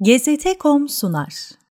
GZT.com sunar.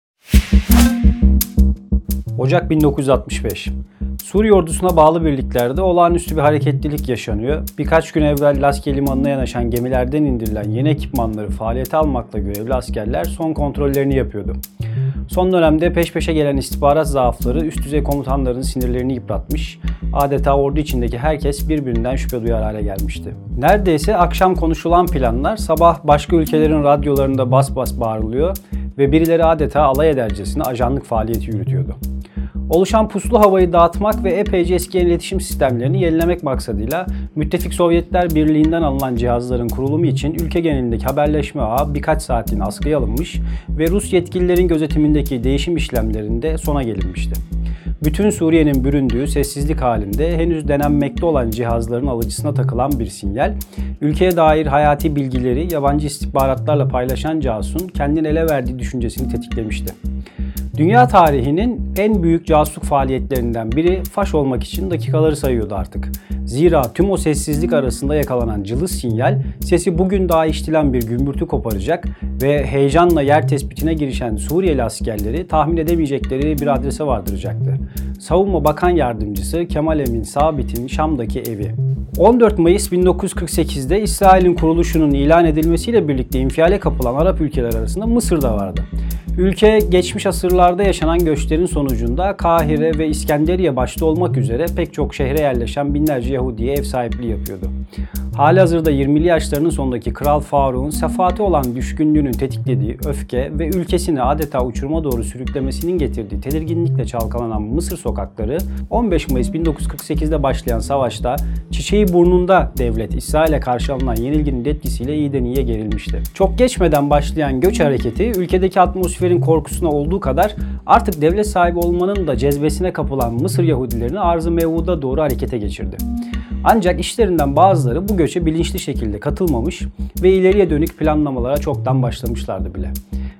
Ocak 1965. Suriye ordusuna bağlı birliklerde olağanüstü bir hareketlilik yaşanıyor. Birkaç gün evvel Laskiye Limanı'na yanaşan gemilerden indirilen yeni ekipmanları faaliyete almakla görevli askerler son kontrollerini yapıyordu. Son dönemde peş peşe gelen istihbarat zaafları üst düzey komutanların sinirlerini yıpratmış, adeta ordu içindeki herkes birbirinden şüphe duyar hale gelmişti. Neredeyse akşam konuşulan planlar sabah başka ülkelerin radyolarında bas bas bağırılıyor ve birileri adeta alay edercesine ajanlık faaliyeti yürütüyordu. Oluşan puslu havayı dağıtmak ve epeyce eskiyen iletişim sistemlerini yenilemek maksadıyla Müttefik Sovyetler Birliği'nden alınan cihazların kurulumu için ülke genelindeki haberleşme ağı birkaç saatliğine askıya alınmış ve Rus yetkililerin gözetimindeki değişim işlemlerinde sona gelinmişti. Bütün Suriye'nin büründüğü sessizlik halinde henüz denenmekte olan cihazların alıcısına takılan bir sinyal, ülkeye dair hayati bilgileri yabancı istihbaratlarla paylaşan casusun kendini ele verdiği düşüncesini tetiklemişti. Dünya tarihinin en büyük casusluk faaliyetlerinden biri faş olmak için dakikaları sayıyordu artık. Zira tüm o sessizlik arasında yakalanan cılız sinyal sesi bugün daha işitilen bir gümbürtü koparacak ve heyecanla yer tespitine girişen Suriyeli askerleri tahmin edemeyecekleri bir adrese vardıracaktı. Savunma Bakan Yardımcısı Kemal Emin Sabit'in Şam'daki evi. 14 Mayıs 1948'de İsrail'in kuruluşunun ilan edilmesiyle birlikte infiale kapılan Arap ülkeler arasında Mısır da vardı. Ülke geçmiş asırlarda yaşanan göçlerin sonucunda Kahire ve İskenderiye başta olmak üzere pek çok şehre yerleşen binlerce Yahudi'ye ev sahipliği yapıyordu. Halihazırda 20'li yaşlarının sonundaki Kral Faruk'un sefate olan düşkünlüğünün tetiklediği öfke ve ülkesini adeta uçuruma doğru sürüklemesinin getirdiği tedirginlikle çalkalanan Mısır sokakları 15 Mayıs 1948'de başlayan savaşta çiçeği burnunda devlet İsrail'e karşı alınan yenilginin etkisiyle iyiden iyiye gerilmişti. Çok geçmeden başlayan göç hareketi ülkedeki atmosferin korkusuna olduğu kadar artık devlet sahibi olmanın da cezbesine kapılan Mısır Yahudilerini arz-ı mev'uda doğru harekete geçirdi. Ancak işlerinden bazıları bu göçe bilinçli şekilde katılmamış ve ileriye dönük planlamalara çoktan başlamışlardı bile.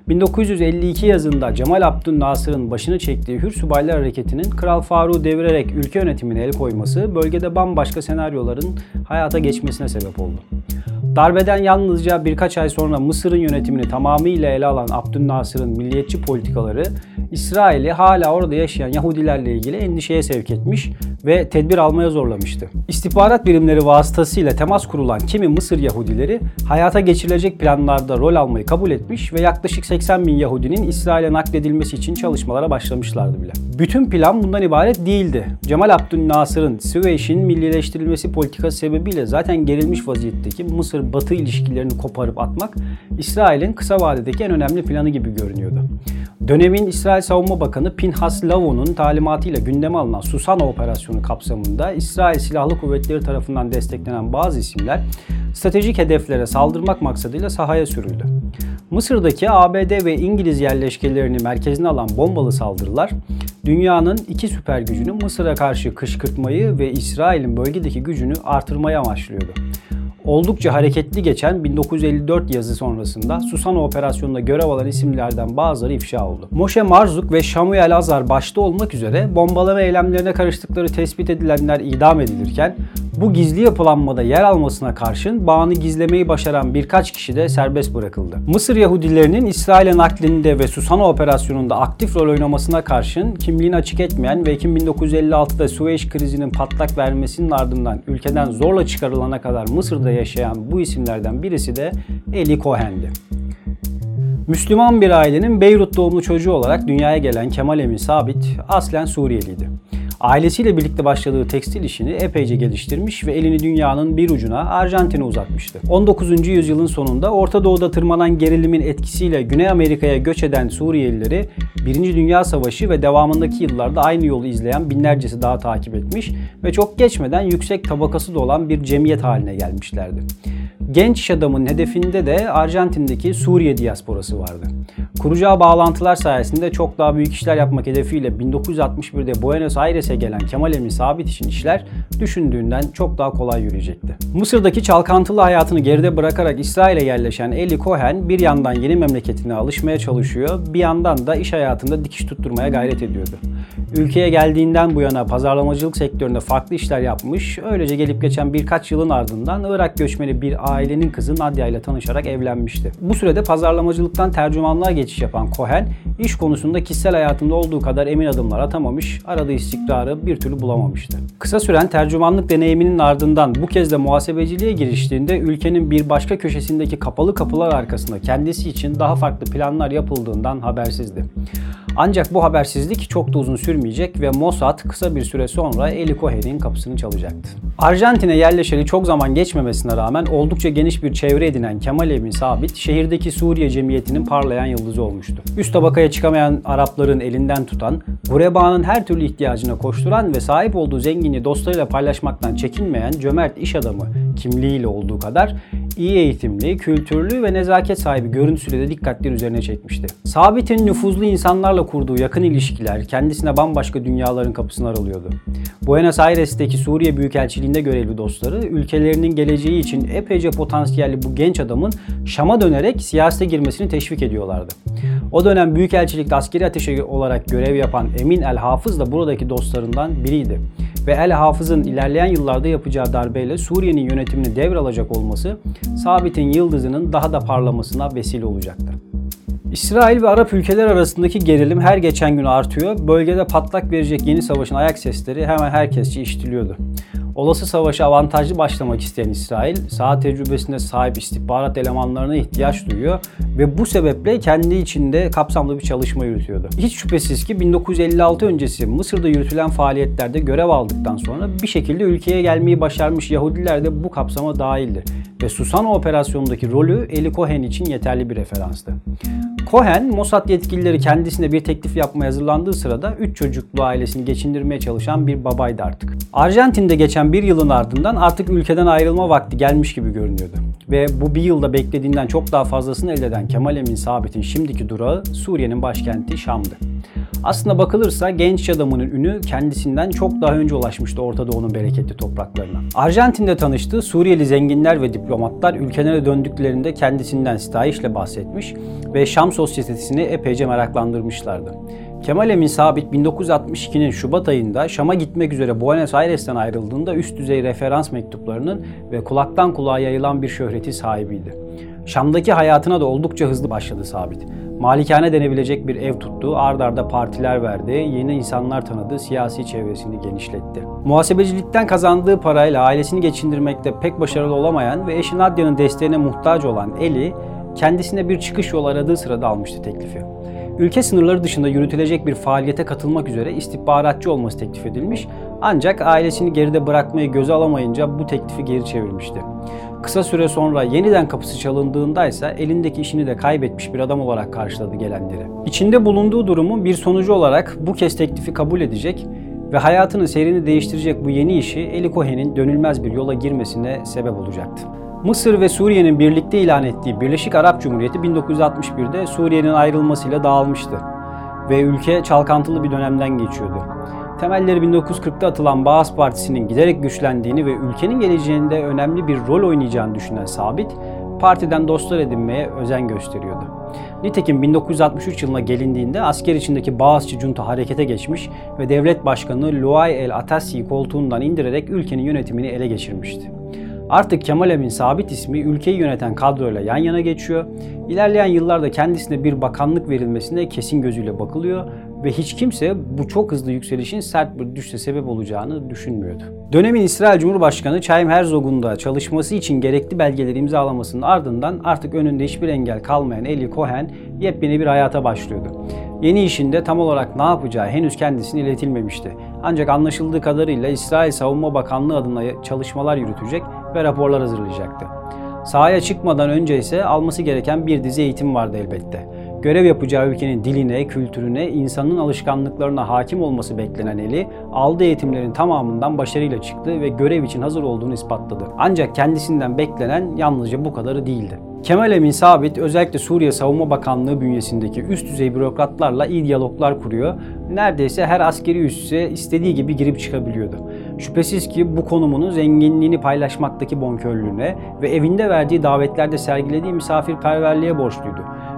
1952 yazında Cemal Abdülnasır'ın başını çektiği Hür Subaylar Hareketi'nin Kral Faruk'u devirerek ülke yönetimine el koyması bölgede bambaşka senaryoların hayata geçmesine sebep oldu. Darbeden yalnızca birkaç ay sonra Mısır'ın yönetimini tamamıyla ele alan Abdülnasır'ın milliyetçi politikaları İsrail'i hala orada yaşayan Yahudilerle ilgili endişeye sevk etmiş ve tedbir almaya zorlamıştı. İstihbarat birimleri vasıtasıyla temas kurulan kimi Mısır Yahudileri hayata geçirilecek planlarda rol almayı kabul etmiş ve yaklaşık 80 bin Yahudinin İsrail'e nakledilmesi için çalışmalara başlamışlardı bile. Bütün plan bundan ibaret değildi. Cemal Abdülnasır'ın Süveyş'in millileştirilmesi politikası sebebiyle zaten gerilmiş vaziyetteki Mısır-Batı ilişkilerini koparıp atmak İsrail'in kısa vadedeki en önemli planı gibi görünüyordu. Dönemin İsrail Savunma Bakanı Pinhas Lavon'un talimatıyla gündeme alınan Susana operasyonu kapsamında İsrail Silahlı Kuvvetleri tarafından desteklenen bazı isimler stratejik hedeflere saldırmak maksadıyla sahaya sürüldü. Mısır'daki ABD ve İngiliz yerleşkelerini merkezine alan bombalı saldırılar, dünyanın iki süper gücünü Mısır'a karşı kışkırtmayı ve İsrail'in bölgedeki gücünü artırmayı amaçlıyordu. Oldukça hareketli geçen 1954 yazı sonrasında Susana operasyonunda görev alan isimlerden bazıları ifşa oldu. Moshe Marzuk ve Samuel Azar başta olmak üzere bombalama eylemlerine karıştıkları tespit edilenler idam edilirken, bu gizli yapılanmada yer almasına karşın bağını gizlemeyi başaran birkaç kişi de serbest bırakıldı. Mısır Yahudilerinin İsrail'e naklinde ve Susana operasyonunda aktif rol oynamasına karşın kimliğini açık etmeyen ve Ekim 1956'da Süveyş krizinin patlak vermesinin ardından ülkeden zorla çıkarılana kadar Mısır'da yaşayan bu isimlerden birisi de Eli Cohen'di. Müslüman bir ailenin Beyrut doğumlu çocuğu olarak dünyaya gelen Kemal Emin Sabit aslen Suriyeliydi. Ailesiyle birlikte başladığı tekstil işini epeyce geliştirmiş ve elini dünyanın bir ucuna Arjantin'e uzatmıştı. 19. yüzyılın sonunda Orta Doğu'da tırmanan gerilimin etkisiyle Güney Amerika'ya göç eden Suriyelileri 1. Dünya Savaşı ve devamındaki yıllarda aynı yolu izleyen binlercesi daha takip etmiş ve çok geçmeden yüksek tabakası da olan bir cemiyet haline gelmişlerdi. Genç iş adamının hedefinde de Arjantin'deki Suriye diasporası vardı. Kuracağı bağlantılar sayesinde çok daha büyük işler yapmak hedefiyle 1961'de Buenos Aires'e gelen Kemal Emin Sabit için işler düşündüğünden çok daha kolay yürüyecekti. Mısır'daki çalkantılı hayatını geride bırakarak İsrail'e yerleşen Eli Cohen bir yandan yeni memleketine alışmaya çalışıyor, bir yandan da iş hayatında dikiş tutturmaya gayret ediyordu. Ülkeye geldiğinden bu yana pazarlamacılık sektöründe farklı işler yapmış, öylece gelip geçen birkaç yılın ardından Irak göçmeni bir ailenin kızı Nadia ile tanışarak evlenmişti. Bu sürede pazarlamacılıktan tercümanlığa geçiş yapan Cohen, iş konusunda kişisel hayatında olduğu kadar emin adımlar atamamış, aradığı istikrarı bir türlü bulamamıştı. Kısa süren tercümanlık deneyiminin ardından bu kez de muhasebeciliğe giriştiğinde ülkenin bir başka köşesindeki kapalı kapılar arkasında kendisi için daha farklı planlar yapıldığından habersizdi. Ancak bu habersizlik çok da uzun sürmeyecek ve Mossad kısa bir süre sonra Eli Cohen'in kapısını çalacaktı. Arjantin'e yerleşeli çok zaman geçmemesine rağmen oldukça geniş bir çevre edinen Kemal Emin Sabit, şehirdeki Suriye cemiyetinin parlayan yıldızı olmuştu. Üst tabakaya çıkamayan Arapların elinden tutan, gurebanın her türlü ihtiyacına koşturan ve sahip olduğu zenginliği dostlarıyla paylaşmaktan çekinmeyen cömert iş adamı kimliğiyle olduğu kadar iyi eğitimli, kültürlü ve nezaket sahibi görüntüsüyle de dikkatleri üzerine çekmişti. Sabit'in nüfuzlu insanlarla kurduğu yakın ilişkiler kendisine bambaşka dünyaların kapısını aralıyordu. Buenos Aires'teki Suriye Büyükelçiliğinde görevli dostları, ülkelerinin geleceği için epeyce potansiyelli bu genç adamın Şam'a dönerek siyasete girmesini teşvik ediyorlardı. O dönem Büyükelçilikte askeri ateşe olarak görev yapan Emin El Hafız da buradaki dostlarından biriydi. Ve El Hafız'ın ilerleyen yıllarda yapacağı darbeyle Suriye'nin yönetimini devralacak olması, Sabit'in yıldızının daha da parlamasına vesile olacaktı. İsrail ve Arap ülkeler arasındaki gerilim her geçen gün artıyor. Bölgede patlak verecek yeni savaşın ayak sesleri hemen herkesçe işitiliyordu. Olası savaşa avantajlı başlamak isteyen İsrail, saha tecrübesine sahip istihbarat elemanlarına ihtiyaç duyuyor ve bu sebeple kendi içinde kapsamlı bir çalışma yürütüyordu. Hiç şüphesiz ki 1956 öncesi Mısır'da yürütülen faaliyetlerde görev aldıktan sonra bir şekilde ülkeye gelmeyi başarmış Yahudiler de bu kapsama dahildi ve Susana operasyonundaki rolü Eli Cohen için yeterli bir referanstı. Cohen, Mossad yetkilileri kendisine bir teklif yapmaya hazırlandığı sırada 3 çocuklu ailesini geçindirmeye çalışan bir babaydı artık. Arjantin'de geçen bir yılın ardından artık ülkeden ayrılma vakti gelmiş gibi görünüyordu. Ve bu bir yılda beklediğinden çok daha fazlasını elde eden Kemal Emin Sabit'in şimdiki durağı Suriye'nin başkenti Şam'dı. Aslına bakılırsa genç adamının ünü kendisinden çok daha önce ulaşmıştı Orta Doğu'nun bereketli topraklarına. Arjantin'de tanıştığı Suriyeli zenginler ve diplomatlar ülkelerine döndüklerinde kendisinden sitayişle bahsetmiş ve Şam sosyetesini epeyce meraklandırmışlardı. Kemal Emin Sabit 1962'nin Şubat ayında Şam'a gitmek üzere Buenos Aires'ten ayrıldığında üst düzey referans mektuplarının ve kulaktan kulağa yayılan bir şöhreti sahibiydi. Şam'daki hayatına da oldukça hızlı başladı Sabit. Malikane denebilecek bir ev tuttu, ard arda partiler verdi, yeni insanlar tanıdı, siyasi çevresini genişletti. Muhasebecilikten kazandığı parayla ailesini geçindirmekte pek başarılı olamayan ve eşi Nadia'nın desteğine muhtaç olan Eli, kendisine bir çıkış yolu aradığı sırada almıştı teklifi. Ülke sınırları dışında yürütülecek bir faaliyete katılmak üzere istihbaratçı olması teklif edilmiş, ancak ailesini geride bırakmayı göze alamayınca bu teklifi geri çevirmişti. Kısa süre sonra yeniden kapısı çalındığında ise elindeki işini de kaybetmiş bir adam olarak karşıladı gelenleri. İçinde bulunduğu durumun bir sonucu olarak bu kez teklifi kabul edecek ve hayatının seyrini değiştirecek bu yeni işi Eli Cohen'in dönülmez bir yola girmesine sebep olacaktı. Mısır ve Suriye'nin birlikte ilan ettiği Birleşik Arap Cumhuriyeti 1961'de Suriye'nin ayrılmasıyla dağılmıştı ve ülke çalkantılı bir dönemden geçiyordu. Temelleri 1940'ta atılan Baas Partisi'nin giderek güçlendiğini ve ülkenin geleceğinde önemli bir rol oynayacağını düşünen Sabit, partiden dostlar edinmeye özen gösteriyordu. Nitekim 1963 yılına gelindiğinde asker içindeki Baasçı junta harekete geçmiş ve devlet başkanı Luay El Atassi koltuğundan indirerek ülkenin yönetimini ele geçirmişti. Artık Kemal Emin Sabit ismi ülkeyi yöneten kadroyla yan yana geçiyor. İlerleyen yıllarda kendisine bir bakanlık verilmesine kesin gözüyle bakılıyor ve hiç kimse bu çok hızlı yükselişin sert bir düşüşe sebep olacağını düşünmüyordu. Dönemin İsrail Cumhurbaşkanı Chaim Herzog'un da çalışması için gerekli belgeleri imzalamasının ardından artık önünde hiçbir engel kalmayan Eli Cohen yepyeni bir hayata başlıyordu. Yeni işinde tam olarak ne yapacağı henüz kendisine iletilmemişti. Ancak anlaşıldığı kadarıyla İsrail Savunma Bakanlığı adına çalışmalar yürütecek ve raporlar hazırlayacaktı. Sahaya çıkmadan önce ise alması gereken bir dizi eğitim vardı elbette. Görev yapacağı ülkenin diline, kültürüne, insanın alışkanlıklarına hakim olması beklenen Eli, aldığı eğitimlerin tamamından başarıyla çıktı ve görev için hazır olduğunu ispatladı. Ancak kendisinden beklenen yalnızca bu kadarı değildi. Kemal Emin Sabit özellikle Suriye Savunma Bakanlığı bünyesindeki üst düzey bürokratlarla iyi diyaloglar kuruyor. Neredeyse her askeri üsse istediği gibi girip çıkabiliyordu. Şüphesiz ki bu konumunu zenginliğini paylaşmaktaki bonkörlüğüne ve evinde verdiği davetlerde sergilediği misafirperverliğe borçluydu.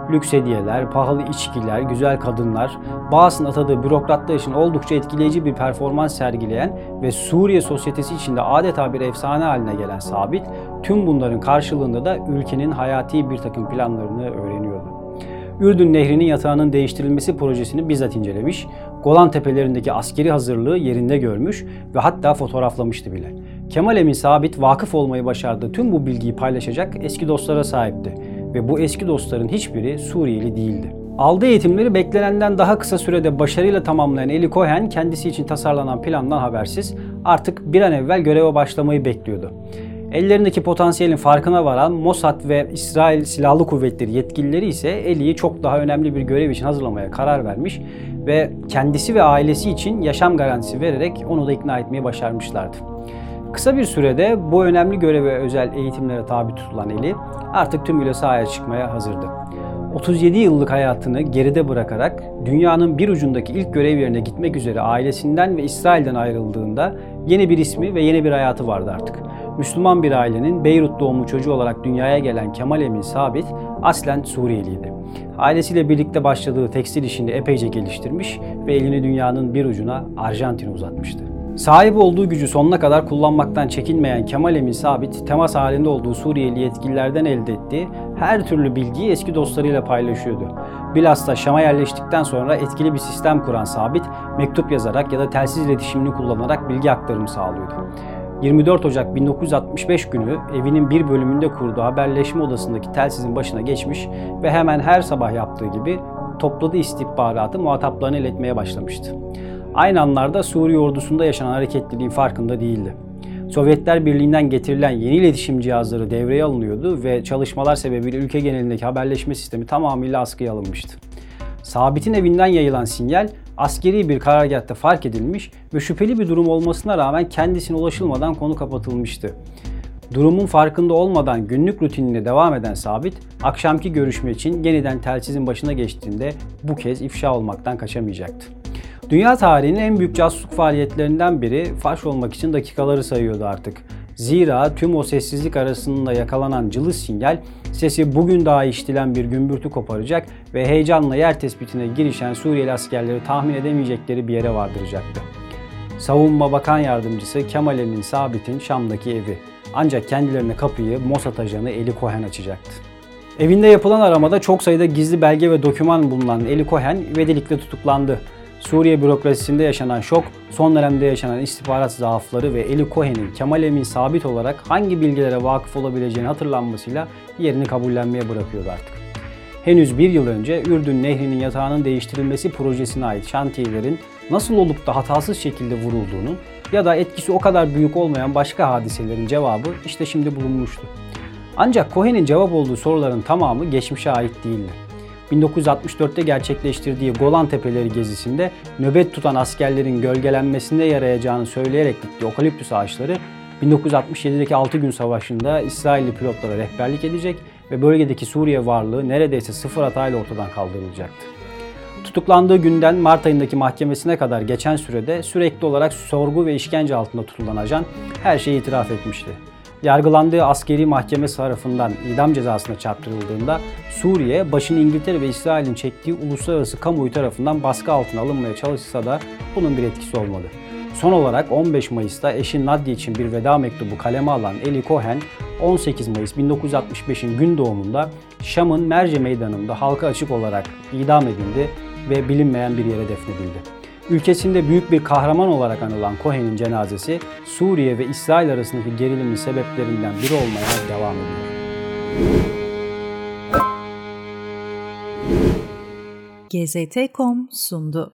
Lüks hediyeler, pahalı içkiler, güzel kadınlar, bazısının atadığı bürokratlar için oldukça etkileyici bir performans sergileyen ve Suriye sosyetesi içinde adeta bir efsane haline gelen Sabit, tüm bunların karşılığında da ülkenin hayati bir takım planlarını öğreniyordu. Ürdün Nehri'nin yatağının değiştirilmesi projesini bizzat incelemiş, Golan Tepelerindeki askeri hazırlığı yerinde görmüş ve hatta fotoğraflamıştı bile. Kemal Emin Sabit vakıf olmayı başardığı tüm bu bilgiyi paylaşacak eski dostlara sahipti ve bu eski dostların hiçbiri Suriyeli değildi. Aldığı eğitimleri beklenenden daha kısa sürede başarıyla tamamlayan Eli Cohen kendisi için tasarlanan plandan habersiz artık bir an evvel göreve başlamayı bekliyordu. Ellerindeki potansiyelin farkına varan Mossad ve İsrail Silahlı Kuvvetleri yetkilileri ise Eli'yi çok daha önemli bir görev için hazırlamaya karar vermiş ve kendisi ve ailesi için yaşam garantisi vererek onu da ikna etmeyi başarmışlardı. Kısa bir sürede bu önemli göreve özel eğitimlere tabi tutulan Eli artık tümüyle sahaya çıkmaya hazırdı. 37 yıllık hayatını geride bırakarak dünyanın bir ucundaki ilk görev yerine gitmek üzere ailesinden ve İsrail'den ayrıldığında yeni bir ismi ve yeni bir hayatı vardı artık. Müslüman bir ailenin Beyrut doğumlu çocuğu olarak dünyaya gelen Kemal Emin Sabit aslen Suriyeliydi. Ailesiyle birlikte başladığı tekstil işini epeyce geliştirmiş ve elini dünyanın bir ucuna Arjantin'e uzatmıştı. Sahip olduğu gücü sonuna kadar kullanmaktan çekinmeyen Kemal Emin Sabit, temas halinde olduğu Suriyeli yetkililerden elde ettiği her türlü bilgiyi eski dostlarıyla paylaşıyordu. Bilhassa Şam'a yerleştikten sonra etkili bir sistem kuran Sabit, mektup yazarak ya da telsiz iletişimini kullanarak bilgi aktarımı sağlıyordu. 24 Ocak 1965 günü evinin bir bölümünde kurduğu haberleşme odasındaki telsizin başına geçmiş ve hemen her sabah yaptığı gibi topladığı istihbaratı muhataplarına iletmeye başlamıştı. Aynı anlarda Suriye ordusunda yaşanan hareketliliğin farkında değildi. Sovyetler Birliği'nden getirilen yeni iletişim cihazları devreye alınıyordu ve çalışmalar sebebiyle ülke genelindeki haberleşme sistemi tamamıyla askıya alınmıştı. Sabit'in evinden yayılan sinyal askeri bir karargâhta fark edilmiş ve şüpheli bir durum olmasına rağmen kendisine ulaşılmadan konu kapatılmıştı. Durumun farkında olmadan günlük rutinine devam eden Sabit, akşamki görüşme için yeniden telsizin başına geçtiğinde bu kez ifşa olmaktan kaçamayacaktı. Dünya tarihinin en büyük casusluk faaliyetlerinden biri faş olmak için dakikaları sayıyordu artık. Zira tüm o sessizlik arasında yakalanan cılız sinyal sesi bugün daha işitilen bir gümbürtü koparacak ve heyecanla yer tespitine girişen Suriyeli askerleri tahmin edemeyecekleri bir yere vardıracaktı. Savunma Bakan Yardımcısı Kemal Emin Sabit'in Şam'daki evi. Ancak kendilerine kapıyı Mossad ajanı Eli Cohen açacaktı. Evinde yapılan aramada çok sayıda gizli belge ve doküman bulunan Eli Cohen ivedilikle tutuklandı. Suriye bürokrasisinde yaşanan şok, son dönemde yaşanan istihbarat zaafları ve Eli Cohen'in Kemal Emin Sabit olarak hangi bilgilere vakıf olabileceğini hatırlanmasıyla yerini kabullenmeye bırakıyordu artık. Henüz bir yıl önce Ürdün Nehri'nin yatağının değiştirilmesi projesine ait şantiyelerin nasıl olup da hatasız şekilde vurulduğunu ya da etkisi o kadar büyük olmayan başka hadiselerin cevabı işte şimdi bulunmuştu. Ancak Cohen'in cevap olduğu soruların tamamı geçmişe ait değildi. 1964'te gerçekleştirdiği Golan Tepeleri gezisinde nöbet tutan askerlerin gölgelenmesinde yarayacağını söyleyerek diktiği okaliptüs ağaçları 1967'deki 6 gün savaşında İsrailli pilotlara rehberlik edecek ve bölgedeki Suriye varlığı neredeyse sıfır hatayla ortadan kaldırılacaktı. Tutuklandığı günden Mart ayındaki mahkemesine kadar geçen sürede sürekli olarak sorgu ve işkence altında tutulan ajan her şeyi itiraf etmişti. Yargılandığı askeri mahkeme tarafından idam cezasına çarptırıldığında Suriye, başını İngiltere ve İsrail'in çektiği uluslararası kamuoyu tarafından baskı altına alınmaya çalışsa da bunun bir etkisi olmadı. Son olarak 15 Mayıs'ta eşi Nadia için bir veda mektubu kaleme alan Eli Cohen, 18 Mayıs 1965'in gün doğumunda Şam'ın Merce Meydanı'nda halka açık olarak idam edildi ve bilinmeyen bir yere defnedildi. Ülkesinde büyük bir kahraman olarak anılan Cohen'in cenazesi Suriye ve İsrail arasındaki gerilimin sebeplerinden biri olmaya devam ediyor. GZT.com sundu.